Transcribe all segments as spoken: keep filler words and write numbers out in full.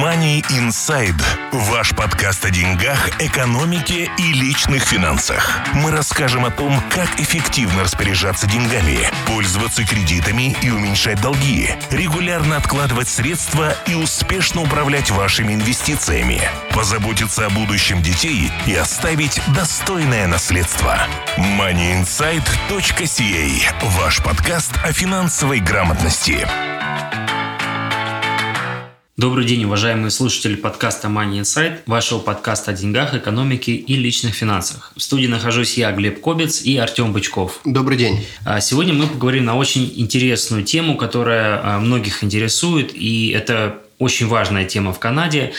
Money Inside. Ваш подкаст о деньгах, экономике и личных финансах. Мы расскажем о том, как эффективно распоряжаться деньгами, пользоваться кредитами и уменьшать долги, регулярно откладывать средства и успешно управлять вашими инвестициями, позаботиться о будущем детей и оставить достойное наследство. money inside точка си эй. Ваш подкаст о финансовой грамотности. Добрый день, уважаемые слушатели подкаста Money Inside, вашего подкаста о деньгах, экономике и личных финансах. В студии нахожусь я, Глеб Кобец, и Артем Бычков. Добрый день. Сегодня мы поговорим на очень интересную тему, которая многих интересует, и это очень важная тема в Канаде.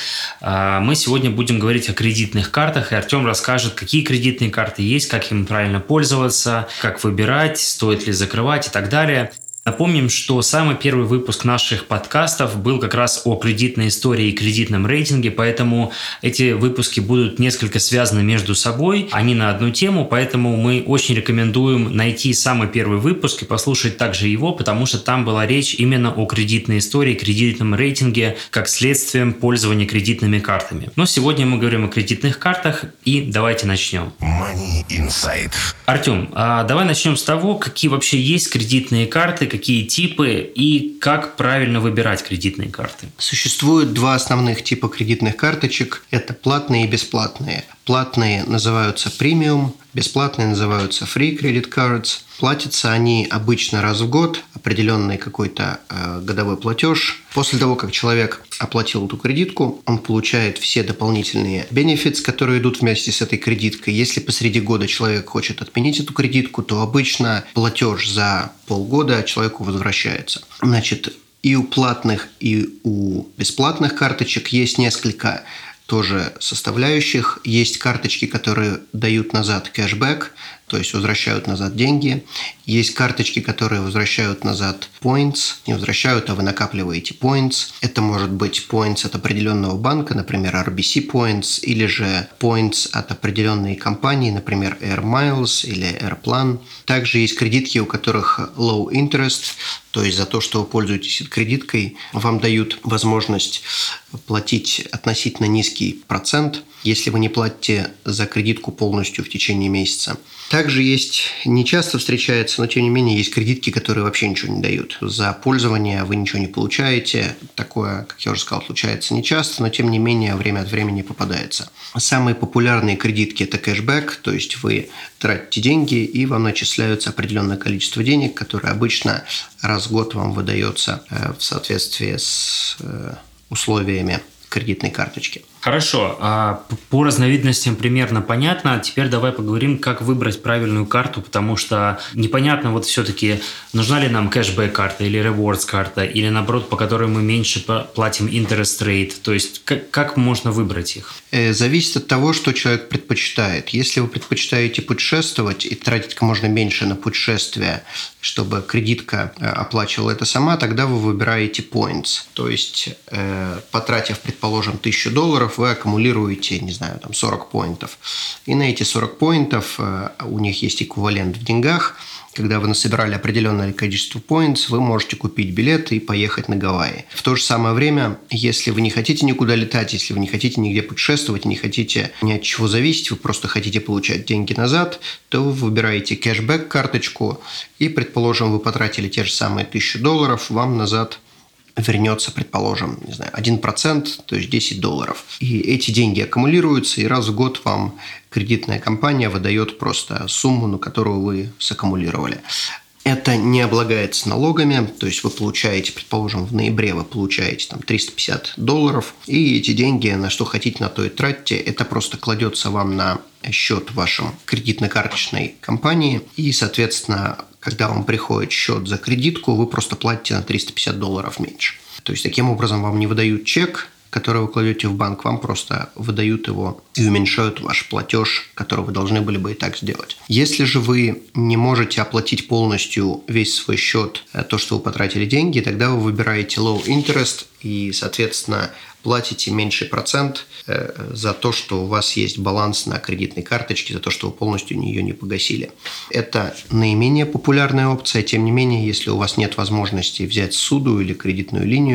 Мы сегодня будем говорить о кредитных картах, и Артем расскажет, какие кредитные карты есть, как им правильно пользоваться, как выбирать, стоит ли закрывать и так далее. Напомним, что самый первый выпуск наших подкастов был как раз о кредитной истории и кредитном рейтинге, поэтому эти выпуски будут несколько связаны между собой, они на одну тему, поэтому мы очень рекомендуем найти самый первый выпуск и послушать также его, потому что там была речь именно о кредитной истории, кредитном рейтинге, как следствием пользования кредитными картами. Но сегодня мы говорим о кредитных картах, и давайте начнем. Money Inside. Артем, а давай начнем с того, какие вообще есть кредитные карты, какие типы и как правильно выбирать кредитные карты. Существует два основных типа кредитных карточек. Это платные и бесплатные. Платные называются премиум, бесплатные называются free credit cards. Платятся они обычно раз в год, определенный какой-то э, годовой платеж. После того, как человек оплатил эту кредитку, он получает все дополнительные benefits, которые идут вместе с этой кредиткой. Если посреди года человек хочет отменить эту кредитку, то обычно платеж за полгода человеку возвращается. Значит, и у платных, и у бесплатных карточек есть несколько тоже составляющих. Есть карточки, которые дают назад кэшбэк, то есть возвращают назад деньги. Есть карточки, которые возвращают назад points. Не возвращают, а вы накапливаете points. Это может быть points от определенного банка, например, ар би си Points, или же points от определенной компании, например, Air Miles или AirPlan. Также есть кредитки, у которых low interest, то есть за то, что вы пользуетесь кредиткой, вам дают возможность платить относительно низкий процент, если вы не платите за кредитку полностью в течение месяца. Также есть, не часто встречается, но тем не менее есть кредитки, которые вообще ничего не дают. За пользование вы ничего не получаете. Такое, как я уже сказал, случается нечасто, но тем не менее время от времени попадается. Самые популярные кредитки – это кэшбэк, то есть вы тратите деньги и вам начисляются определенное количество денег, которое обычно раз в год вам выдается в соответствии с условиями кредитной карточки. Хорошо, а по разновидностям примерно понятно. Теперь давай поговорим, как выбрать правильную карту, потому что непонятно вот все-таки, нужна ли нам кэшбэк-карта или rewards-карта, или наоборот, по которой мы меньше платим interest rate. То есть как, как можно выбрать их? Зависит от того, что человек предпочитает. Если вы предпочитаете путешествовать и тратить как можно меньше на путешествия, чтобы кредитка оплачивала это сама, тогда вы выбираете points. То есть, потратив, предположим, тысячу долларов, вы аккумулируете, не знаю, там сорок поинтов. И на эти сорок поинтов у них есть эквивалент в деньгах. Когда вы насобирали определенное количество points, вы можете купить билеты и поехать на Гавайи. В то же самое время, если вы не хотите никуда летать, если вы не хотите нигде путешествовать, не хотите ни от чего зависеть, вы просто хотите получать деньги назад, то вы выбираете кэшбэк-карточку и, предположим, вы потратили те же самые тысячу долларов, вам назад вернется, предположим, не знаю, один процент, то есть десять долларов. И эти деньги аккумулируются, и раз в год вам кредитная компания выдает просто сумму, на которую вы саккумулировали. Это не облагается налогами, то есть вы получаете, предположим, в ноябре вы получаете там триста пятьдесят долларов, и эти деньги, на что хотите, на то и тратите. Это просто кладется вам на счет вашей кредитно-карточной компании, и, соответственно, когда вам приходит счет за кредитку, вы просто платите на триста пятьдесят долларов меньше. То есть, таким образом, вам не выдают чек, который вы кладете в банк, вам просто выдают его и уменьшают ваш платеж, который вы должны были бы и так сделать. Если же вы не можете оплатить полностью весь свой счет, то, что вы потратили деньги, тогда вы выбираете low interest и, соответственно, платите меньший процент за то, что у вас есть баланс на кредитной карточке, за то, что вы полностью ее не погасили. Это наименее популярная опция. Тем не менее, если у вас нет возможности взять суду или кредитную линию,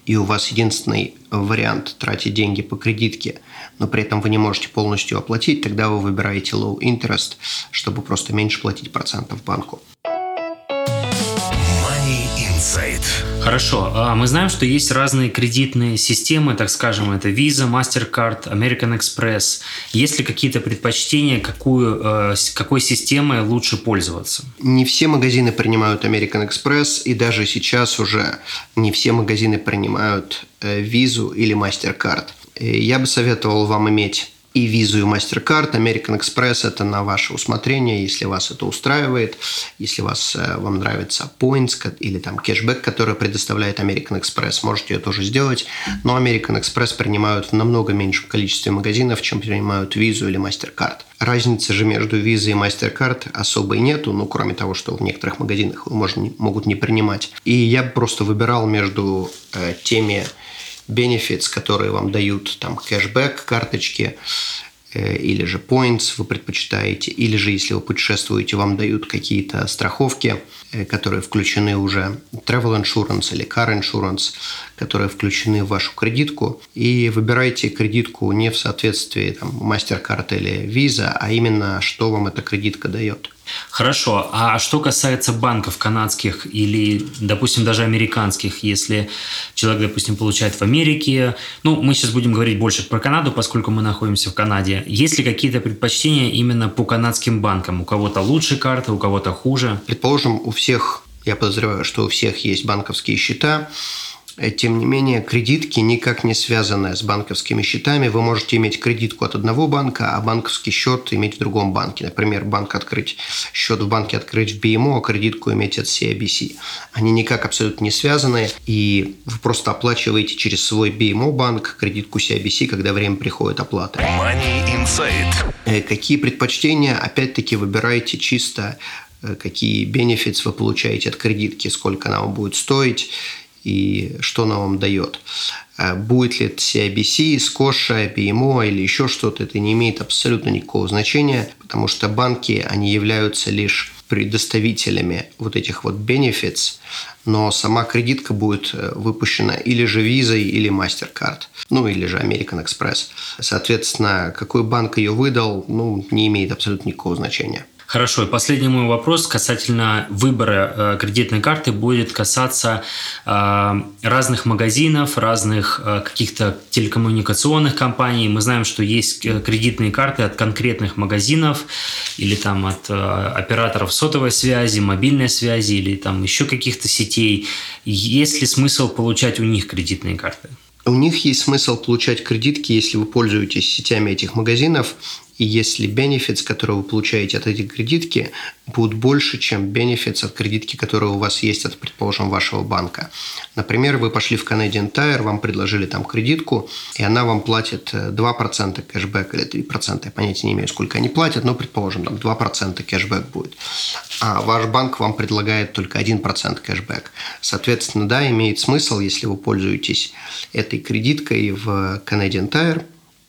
и у вас единственный вариант тратить деньги по кредитке, но при этом вы не можете полностью оплатить, тогда вы выбираете low interest, чтобы просто меньше платить процентов банку. Money Insight. Хорошо. Мы знаем, что есть разные кредитные системы, так скажем, это Visa, MasterCard, American Express. Есть ли какие-то предпочтения, какую, какой системой лучше пользоваться? Не все магазины принимают American Express, и даже сейчас уже не все магазины принимают Visa или MasterCard. Я бы советовал вам иметь и Visa, и MasterCard. American Express – это на ваше усмотрение, если вас это устраивает, если вас, вам нравится points или там кэшбэк, который предоставляет American Express, можете это тоже сделать. Но American Express принимают в намного меньшем количестве магазинов, чем принимают Visa или MasterCard. Разницы же между Visa и MasterCard особой нету, ну, кроме того, что в некоторых магазинах можно, могут не принимать. И я просто выбирал между э, теми benefits, которые вам дают там кэшбэк, карточки э, или же points вы предпочитаете, или же если вы путешествуете, вам дают какие-то страховки, э, которые включены уже travel insurance или car insurance, которые включены в вашу кредитку, и выбирайте кредитку не в соответствии там MasterCard или Visa, а именно что вам эта кредитка дает. Хорошо. А что касается банков канадских или, допустим, даже американских, если человек, допустим, получает в Америке, ну, мы сейчас будем говорить больше про Канаду, поскольку мы находимся в Канаде, есть ли какие-то предпочтения именно по канадским банкам? У кого-то лучше карты, у кого-то хуже? Предположим, у всех, я подозреваю, что у всех есть банковские счета. Тем не менее, кредитки никак не связаны с банковскими счетами. Вы можете иметь кредитку от одного банка, а банковский счет иметь в другом банке. Например, банк открыть, счет в банке открыть в би эм о, а кредитку иметь от си ай би си. Они никак абсолютно не связаны, и вы просто оплачиваете через свой би эм о банк кредитку си ай би си, когда время приходит оплаты. Money Insight. Какие предпочтения? Опять-таки выбирайте чисто, какие benefits вы получаете от кредитки, сколько она вам будет стоить, и что она вам дает. Будет ли это си ай би си, Scotia, би эм о или еще что-то, это не имеет абсолютно никакого значения, потому что банки, они являются лишь предоставителями вот этих вот benefits, но сама кредитка будет выпущена или же Visa, или MasterCard, ну или же American Express. Соответственно, какой банк ее выдал, ну, не имеет абсолютно никакого значения. Хорошо. И последний мой вопрос касательно выбора э, кредитной карты будет касаться э, разных магазинов, разных э, каких-то телекоммуникационных компаний. Мы знаем, что есть кредитные карты от конкретных магазинов или там от э, операторов сотовой связи, мобильной связи или там еще каких-то сетей. Есть ли смысл получать у них кредитные карты? У них есть смысл получать кредитки, если вы пользуетесь сетями этих магазинов, и если benefits, которые вы получаете от этой кредитки, будут больше, чем benefits от кредитки, которые у вас есть от, предположим, вашего банка. Например, вы пошли в Canadian Tire, вам предложили там кредитку, и она вам платит два процента кэшбэк или три процента. Я понятия не имею, сколько они платят, но, предположим, там два процента кэшбэк будет. А ваш банк вам предлагает только один процент кэшбэк. Соответственно, да, имеет смысл, если вы пользуетесь этой кредиткой в Canadian Tire,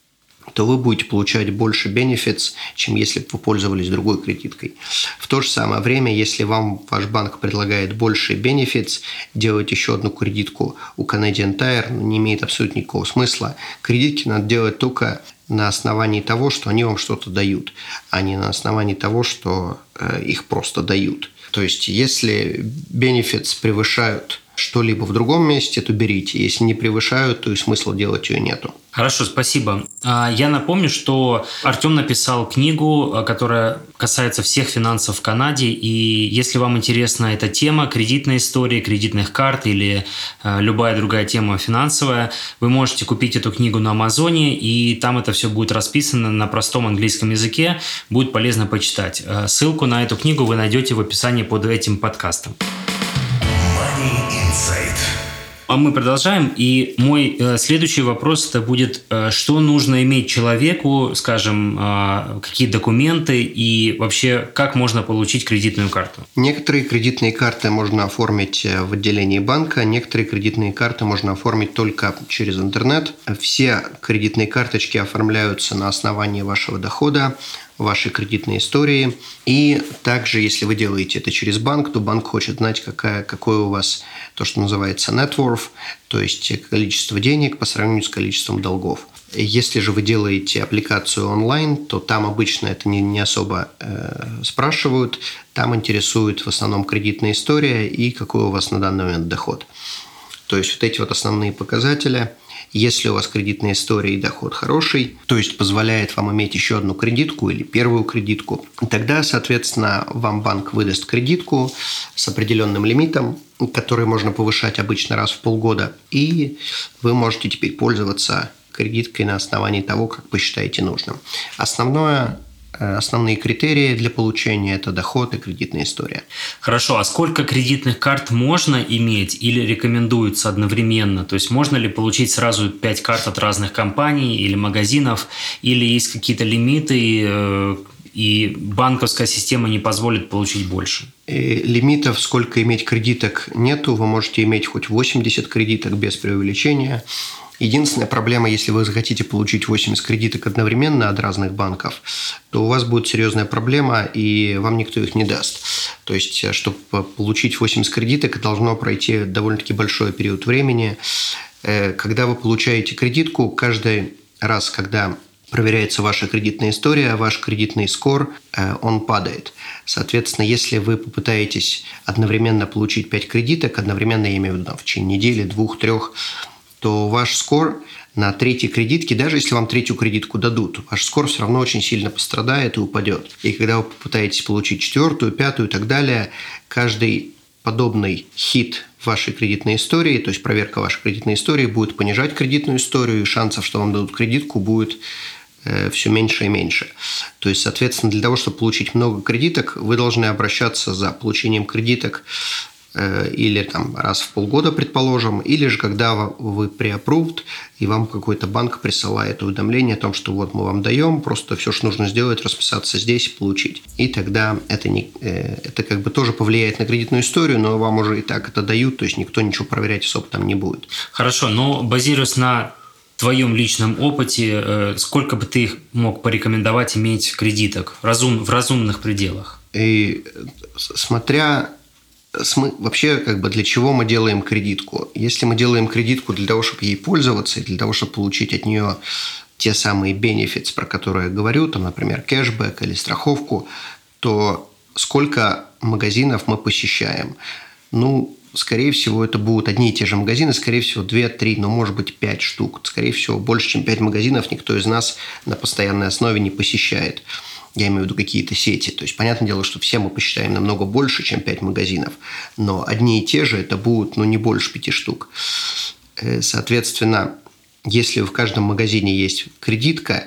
то вы будете получать больше benefits, чем если бы вы пользовались другой кредиткой. В то же самое время, если вам ваш банк предлагает больше benefits, делать еще одну кредитку у Canadian Tire не имеет абсолютно никакого смысла. Кредитки надо делать только на основании того, что они вам что-то дают, а не на основании того, что э, их просто дают. То есть, если benefits превышают что-либо в другом месте, то берите. Если не превышают, то и смысла делать ее нету. Хорошо, спасибо. Я напомню, что Артем написал книгу, которая касается всех финансов в Канаде. И если вам интересна эта тема, кредитная история, кредитных карт или любая другая тема финансовая, вы можете купить эту книгу на Амазоне, и там это все будет расписано на простом английском языке. Будет полезно почитать. Ссылку на эту книгу вы найдете в описании под этим подкастом. Money Insight. А мы продолжаем, и мой э, следующий вопрос это будет, э, что нужно иметь человеку, скажем, э, какие документы и вообще как можно получить кредитную карту? Некоторые кредитные карты можно оформить в отделении банка, некоторые кредитные карты можно оформить только через интернет. Все кредитные карточки оформляются на основании вашего дохода. вашей кредитной истории. И также, если вы делаете это через банк, то банк хочет знать, какая, какое у вас то, что называется net worth, то есть количество денег по сравнению с количеством долгов. Если же вы делаете аппликацию онлайн, то там обычно это не, не особо э, спрашивают. Там интересует в основном кредитная история и какой у вас на данный момент доход. То есть вот эти вот основные показатели. Если у вас кредитная история и доход хороший, то есть позволяет вам иметь еще одну кредитку или первую кредитку, тогда, соответственно, вам банк выдаст кредитку с определенным лимитом, который можно повышать обычно раз в полгода, и вы можете теперь пользоваться кредиткой на основании того, как посчитаете нужным. Основное, основные критерии для получения – это доход и кредитная история. Хорошо, а сколько кредитных карт можно иметь или рекомендуется одновременно? То есть можно ли получить сразу пять карт от разных компаний или магазинов, или есть какие-то лимиты, и банковская система не позволит получить больше? И лимитов, сколько иметь кредиток, нету. Вы можете иметь хоть восемьдесят кредиток без преувеличения. Единственная проблема, если вы захотите получить восемьдесят кредиток одновременно от разных банков, то у вас будет серьезная проблема, и вам никто их не даст. То есть, чтобы получить восемьдесят кредиток, должно пройти довольно-таки большой период времени. Когда вы получаете кредитку, каждый раз, когда проверяется ваша кредитная история, ваш кредитный скор, он падает. Соответственно, если вы попытаетесь одновременно получить пять кредиток, одновременно, я имею в виду, в течение недели, двух, трех, то ваш скор на третьей кредитке, даже если вам третью кредитку дадут, ваш скор все равно очень сильно пострадает и упадет. И когда вы попытаетесь получить четвертую, пятую и так далее, каждый подобный хит в вашей кредитной истории, то есть проверка вашей кредитной истории, будет понижать кредитную историю, и шансов, что вам дадут кредитку, будет э, все меньше и меньше. То есть, соответственно, для того, чтобы получить много кредиток, вы должны обращаться за получением кредиток или там раз в полгода, предположим, или же когда вы pre-approved, и вам какой-то банк присылает уведомление о том, что вот мы вам даем, просто все, что нужно сделать, расписаться здесь и получить. И тогда это, не, это как бы тоже повлияет на кредитную историю, но вам уже и так это дают, то есть никто ничего проверять особо там не будет. Хорошо, но базируясь на твоем личном опыте, сколько бы ты их мог порекомендовать иметь кредиток разум, в разумных пределах? И смотря... Вообще, как бы для чего мы делаем кредитку? Если мы делаем кредитку для того, чтобы ей пользоваться, и для того, чтобы получить от нее те самые benefits, про которые я говорю, там, например, кэшбэк или страховку, то сколько магазинов мы посещаем? Ну, скорее всего, это будут одни и те же магазины, скорее всего, два-три, ну, может быть, пять штук. Скорее всего, больше, чем пять магазинов никто из нас на постоянной основе не посещает. Я имею в виду какие-то сети. То есть, понятное дело, что все мы посчитаем намного больше, чем пять магазинов. Но одни и те же это будут, ну, не больше пяти штук. Соответственно, если в каждом магазине есть кредитка,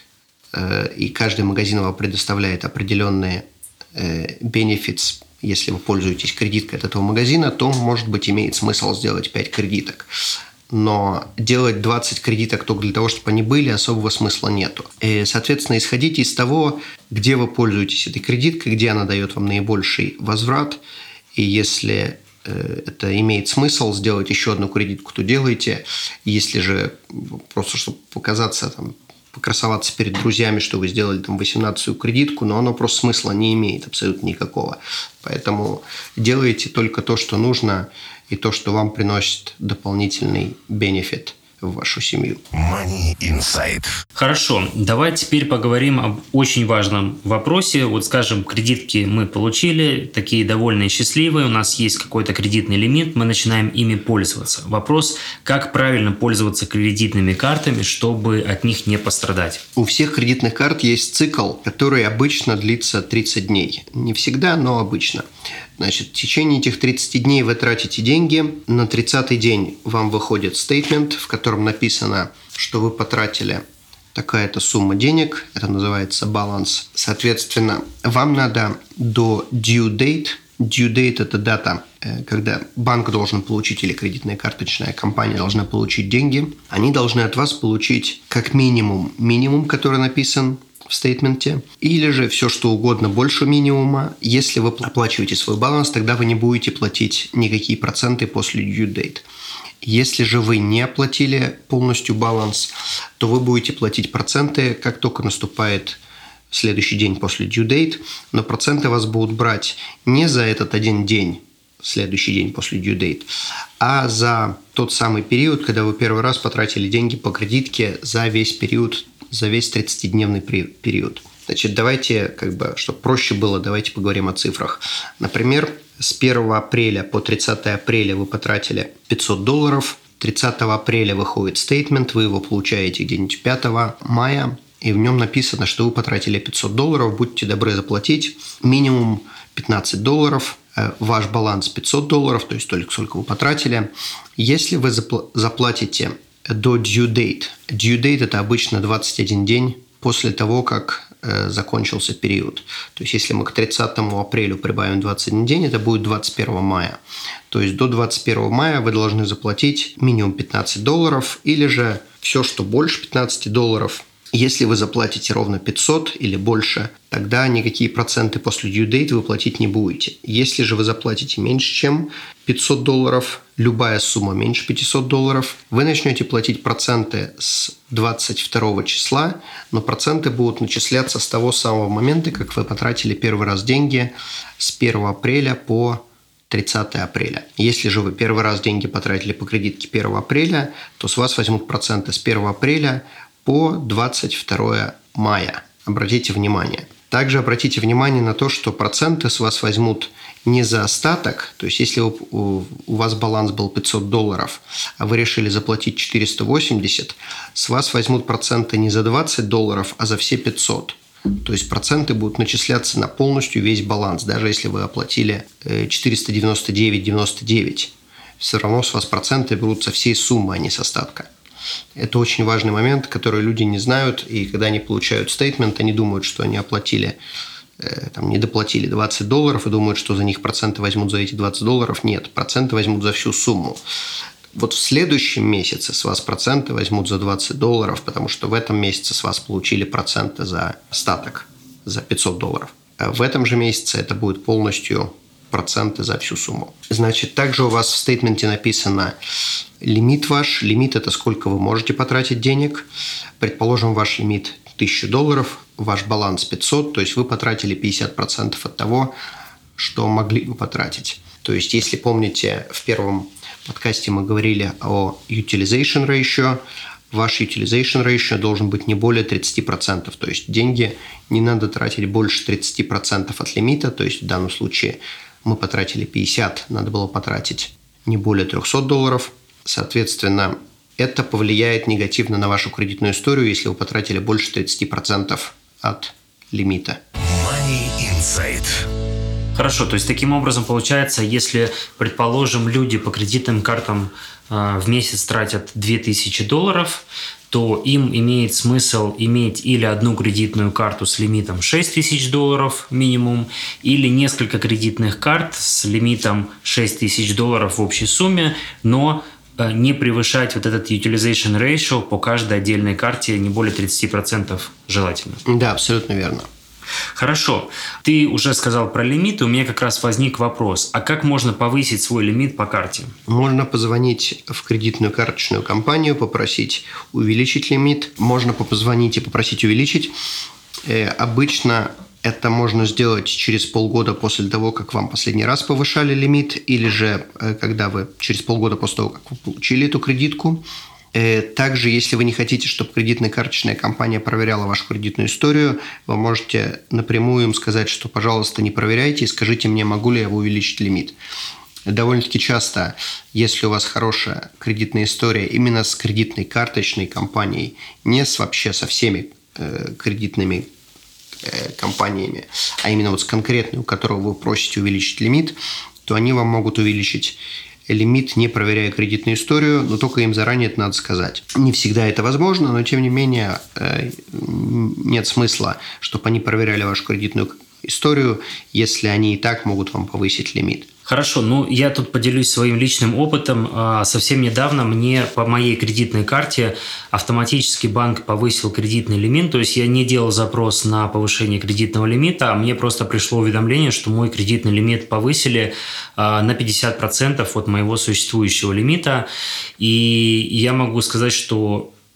и каждый магазин вам предоставляет определенные benefits, если вы пользуетесь кредиткой от этого магазина, то, может быть, имеет смысл сделать пять кредиток. Но делать двадцать кредиток только для того, чтобы они были, особого смысла нету. И, соответственно, исходите из того, где вы пользуетесь этой кредиткой, где она дает вам наибольший возврат. И если э, это имеет смысл сделать еще одну кредитку, то делайте. Если же просто, чтобы показаться, там, покрасоваться перед друзьями, что вы сделали там восемнадцатую кредитку, но оно просто смысла не имеет абсолютно никакого. Поэтому делайте только то, что нужно, и то, что вам приносит дополнительный бенефит в вашу семью. Money Insight. Хорошо, давай теперь поговорим об очень важном вопросе. Вот, скажем, кредитки мы получили, такие довольные, счастливые, у нас есть какой-то кредитный лимит, мы начинаем ими пользоваться. Вопрос, как правильно пользоваться кредитными картами, чтобы от них не пострадать? У всех кредитных карт есть цикл, который обычно длится тридцать дней. Не всегда, но обычно. Значит, в течение этих тридцати дней вы тратите деньги. На тридцатый день вам выходит стейтмент, в котором написано, что вы потратили такая-то сумма денег. Это называется баланс. Соответственно, вам надо до due date. Due date – это дата, когда банк должен получить, или кредитная карточная компания должна получить деньги. Они должны от вас получить как минимум минимум, который написан в стейтменте, или же все, что угодно больше минимума. Если вы оплачиваете свой баланс, тогда вы не будете платить никакие проценты после due date. Если же вы не оплатили полностью баланс, то вы будете платить проценты, как только наступает следующий день после due date, но проценты вас будут брать не за этот один день, следующий день после due date, а за тот самый период, когда вы первый раз потратили деньги по кредитке за весь период, за весь тридцатидневный период. Значит, давайте, как бы, чтобы проще было, давайте поговорим о цифрах. Например, с первого апреля по тридцатое апреля вы потратили пятьсот долларов, тридцатого апреля выходит стейтмент, вы его получаете где-нибудь пятого мая, и в нем написано, что вы потратили пятьсот долларов, будьте добры заплатить минимум пятнадцать долларов, ваш баланс пятьсот долларов, то есть только сколько вы потратили. Если вы заплатите до due date, due date – это обычно двадцать один день после того, как э, закончился период. То есть, если мы к тридцатому апреля прибавим двадцать один день, это будет двадцать первого мая. То есть, до двадцать первого мая вы должны заплатить минимум пятнадцать долларов или же все, что больше пятнадцати долларов. Если вы заплатите ровно пятьсот или больше, тогда никакие проценты после due date вы платить не будете. Если же вы заплатите меньше, чем пятьсот долларов, любая сумма меньше пятьсот долларов, вы начнете платить проценты с двадцать второго числа, но проценты будут начисляться с того самого момента, как вы потратили первый раз деньги с первого апреля по тридцатое апреля. Если же вы первый раз деньги потратили по кредитке первого апреля, то с вас возьмут проценты с первого апреля по двадцать второе мая. Обратите внимание. Также обратите внимание на то, что проценты с вас возьмут не за остаток, то есть если у, у вас баланс был пятьсот долларов, а вы решили заплатить четыреста восемьдесят, с вас возьмут проценты не за двадцать долларов, а за все пятьсот. То есть проценты будут начисляться на полностью весь баланс, даже если вы оплатили четыреста девяносто девять девяносто девять. Все равно с вас проценты берут со всей суммы, а не с остатка. Это очень важный момент, который люди не знают, и когда они получают стейтмент, они думают, что они оплатили, э, там, не доплатили двадцать долларов и думают, что за них проценты возьмут за эти двадцать долларов. Нет, проценты возьмут за всю сумму. Вот в следующем месяце с вас проценты возьмут за двадцать долларов, потому что в этом месяце с вас получили проценты за остаток, за пятьсот долларов. А в этом же месяце это будет полностью проценты за всю сумму. Значит, также у вас в стейтменте написано лимит ваш. Лимит – это сколько вы можете потратить денег. Предположим, ваш лимит тысяча долларов, ваш баланс пятьсот, то есть вы потратили пятьдесят процентов от того, что могли бы потратить. То есть, если помните, в первом подкасте мы говорили о utilization ratio, ваш utilization ratio должен быть не более тридцать процентов. То есть, деньги не надо тратить больше тридцати процентов от лимита. То есть, в данном случае мы потратили пятьдесят, надо было потратить не более триста долларов. Соответственно, это повлияет негативно на вашу кредитную историю, если вы потратили больше тридцати процентов от лимита. Money Insight. Хорошо, то есть таким образом получается, если, предположим, люди по кредитным картам э, в месяц тратят две тысячи долларов, то им имеет смысл иметь или одну кредитную карту с лимитом шесть тысяч долларов минимум, или несколько кредитных карт с лимитом шесть тысяч долларов в общей сумме, но не превышать вот этот utilization ratio по каждой отдельной карте не более тридцати процентов желательно. Да, абсолютно верно. Хорошо. Ты уже сказал про лимиты, у меня как раз возник вопрос. А как можно повысить свой лимит по карте? Можно позвонить в кредитную карточную компанию, попросить увеличить лимит. Можно позвонить и попросить увеличить. Э, обычно это можно сделать через полгода после того, как вам последний раз повышали лимит, или же э, когда вы через полгода после того, как вы получили эту кредитку. Также, если вы не хотите, чтобы кредитная карточная компания проверяла вашу кредитную историю, вы можете напрямую им сказать, что, пожалуйста, не проверяйте и скажите мне, могу ли я увеличить лимит. Довольно-таки часто, если у вас хорошая кредитная история именно с кредитной карточной компанией, не с, вообще со всеми э, кредитными э, компаниями, а именно вот с конкретной, у которого вы просите увеличить лимит, то они вам могут увеличить лимит, не проверяя кредитную историю, но только им заранее это надо сказать. Не всегда это возможно, но тем не менее нет смысла, чтобы они проверяли вашу кредитную историю, если они и так могут вам повысить лимит. Хорошо, ну я тут поделюсь своим личным опытом. Совсем недавно мне по моей кредитной карте автоматически банк повысил кредитный лимит, то есть я не делал запрос на повышение кредитного лимита, а мне просто пришло уведомление, что мой кредитный лимит повысили на пятьдесят процентов от моего существующего лимита. И я могу сказать, что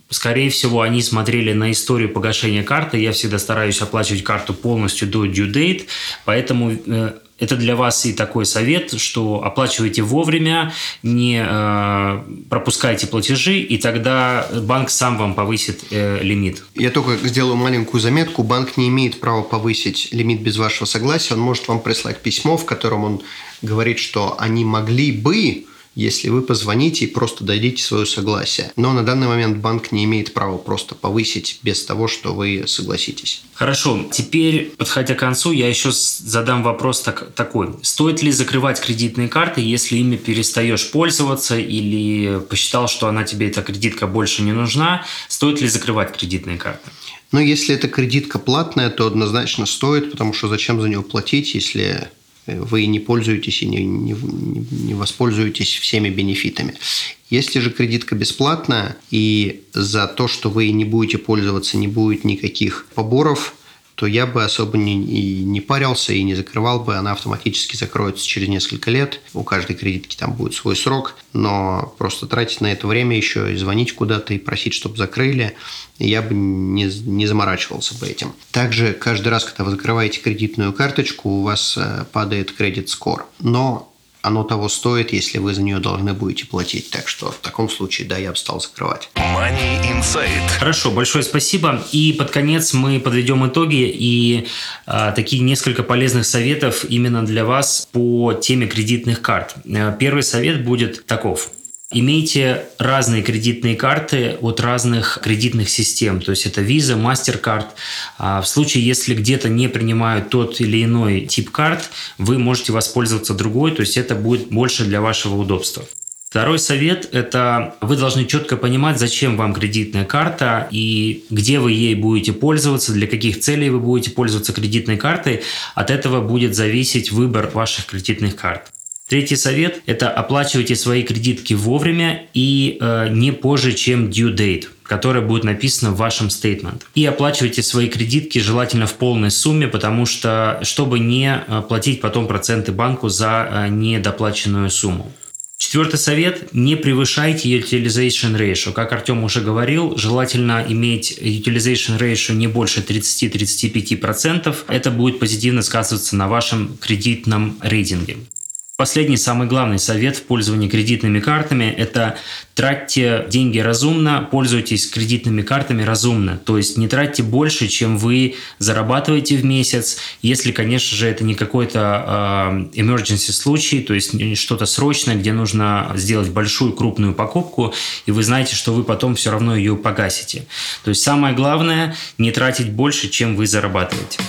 Скорее всего, они смотрели на историю погашения карты. Я всегда стараюсь оплачивать карту полностью до due date, поэтому э, это для вас и такой совет, что оплачивайте вовремя, не э, пропускайте платежи, и тогда банк сам вам повысит э, лимит. Я только сделаю маленькую заметку. Банк не имеет права повысить лимит без вашего согласия. Он может вам прислать письмо, в котором он говорит, что они могли бы, если вы позвоните и просто дадите свое согласие. Но на данный момент банк не имеет права просто повысить без того, что вы согласитесь. Хорошо. Теперь, подходя к концу, я еще задам вопрос так, такой. Стоит ли закрывать кредитные карты, если ими перестаешь пользоваться или посчитал, что она тебе, эта кредитка, больше не нужна? Стоит ли закрывать кредитные карты? Но если эта кредитка платная, то однозначно стоит, потому что зачем за нее платить, если вы не пользуетесь и не, не, не воспользуетесь всеми бенефитами. Если же кредитка бесплатная, и за то, что вы не будете пользоваться, не будет никаких поборов, то я бы особо не, и не парился и не закрывал бы. Она автоматически закроется через несколько лет. У каждой кредитки там будет свой срок. Но просто тратить на это время еще и звонить куда-то и просить, чтобы закрыли, я бы не, не заморачивался бы этим. Также каждый раз, когда вы закрываете кредитную карточку, у вас падает кредит-скор. Но оно того стоит, если вы за нее должны будете платить. Так что в таком случае, да, я бы стал закрывать. Money Insight. Хорошо, большое спасибо. И под конец мы подведем итоги и а, такие несколько полезных советов именно для вас по теме кредитных карт. Первый совет будет таков. Имейте разные кредитные карты от разных кредитных систем. То есть это Visa, MasterCard. В случае, если где-то не принимают тот или иной тип карт, вы можете воспользоваться другой. То есть это будет больше для вашего удобства. Второй совет – это вы должны четко понимать, зачем вам кредитная карта и где вы ей будете пользоваться, для каких целей вы будете пользоваться кредитной картой. От этого будет зависеть выбор ваших кредитных карт. Третий совет – это оплачивайте свои кредитки вовремя и э, не позже, чем due date, которая будет написана в вашем statement. И оплачивайте свои кредитки желательно в полной сумме, потому что, чтобы не платить потом проценты банку за э, недоплаченную сумму. Четвертый совет – не превышайте utilization ratio. Как Артем уже говорил, желательно иметь utilization ratio не больше тридцать-тридцать пять процентов. Это будет позитивно сказываться на вашем кредитном рейтинге. Последний, самый главный совет в пользовании кредитными картами – это тратьте деньги разумно, пользуйтесь кредитными картами разумно. То есть не тратьте больше, чем вы зарабатываете в месяц, если, конечно же, это не какой-то э, emergency случай, то есть что-то срочное, где нужно сделать большую крупную покупку, и вы знаете, что вы потом все равно ее погасите. То есть самое главное – не тратить больше, чем вы зарабатываете.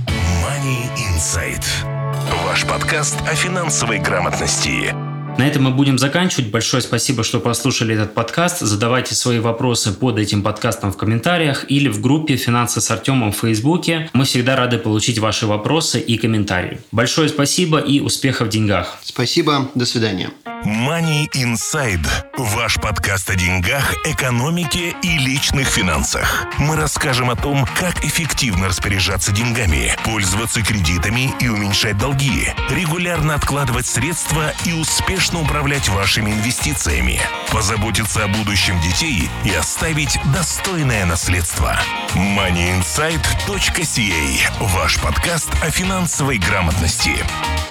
Money Insight. Ваш подкаст о финансовой грамотности. На этом мы будем заканчивать. Большое спасибо, что послушали этот подкаст. Задавайте свои вопросы под этим подкастом в комментариях или в группе «Финансы с Артемом» в Фейсбуке. Мы всегда рады получить ваши вопросы и комментарии. Большое спасибо и успехов в деньгах. Спасибо. До свидания. Money Inside. Ваш подкаст о деньгах, экономике и личных финансах. Мы расскажем о том, как эффективно распоряжаться деньгами, пользоваться кредитами и уменьшать долги, регулярно откладывать средства и успешно управлять вашими инвестициями, позаботиться о будущем детей и оставить достойное наследство. money insight точка си эй. Ваш подкаст о финансовой грамотности.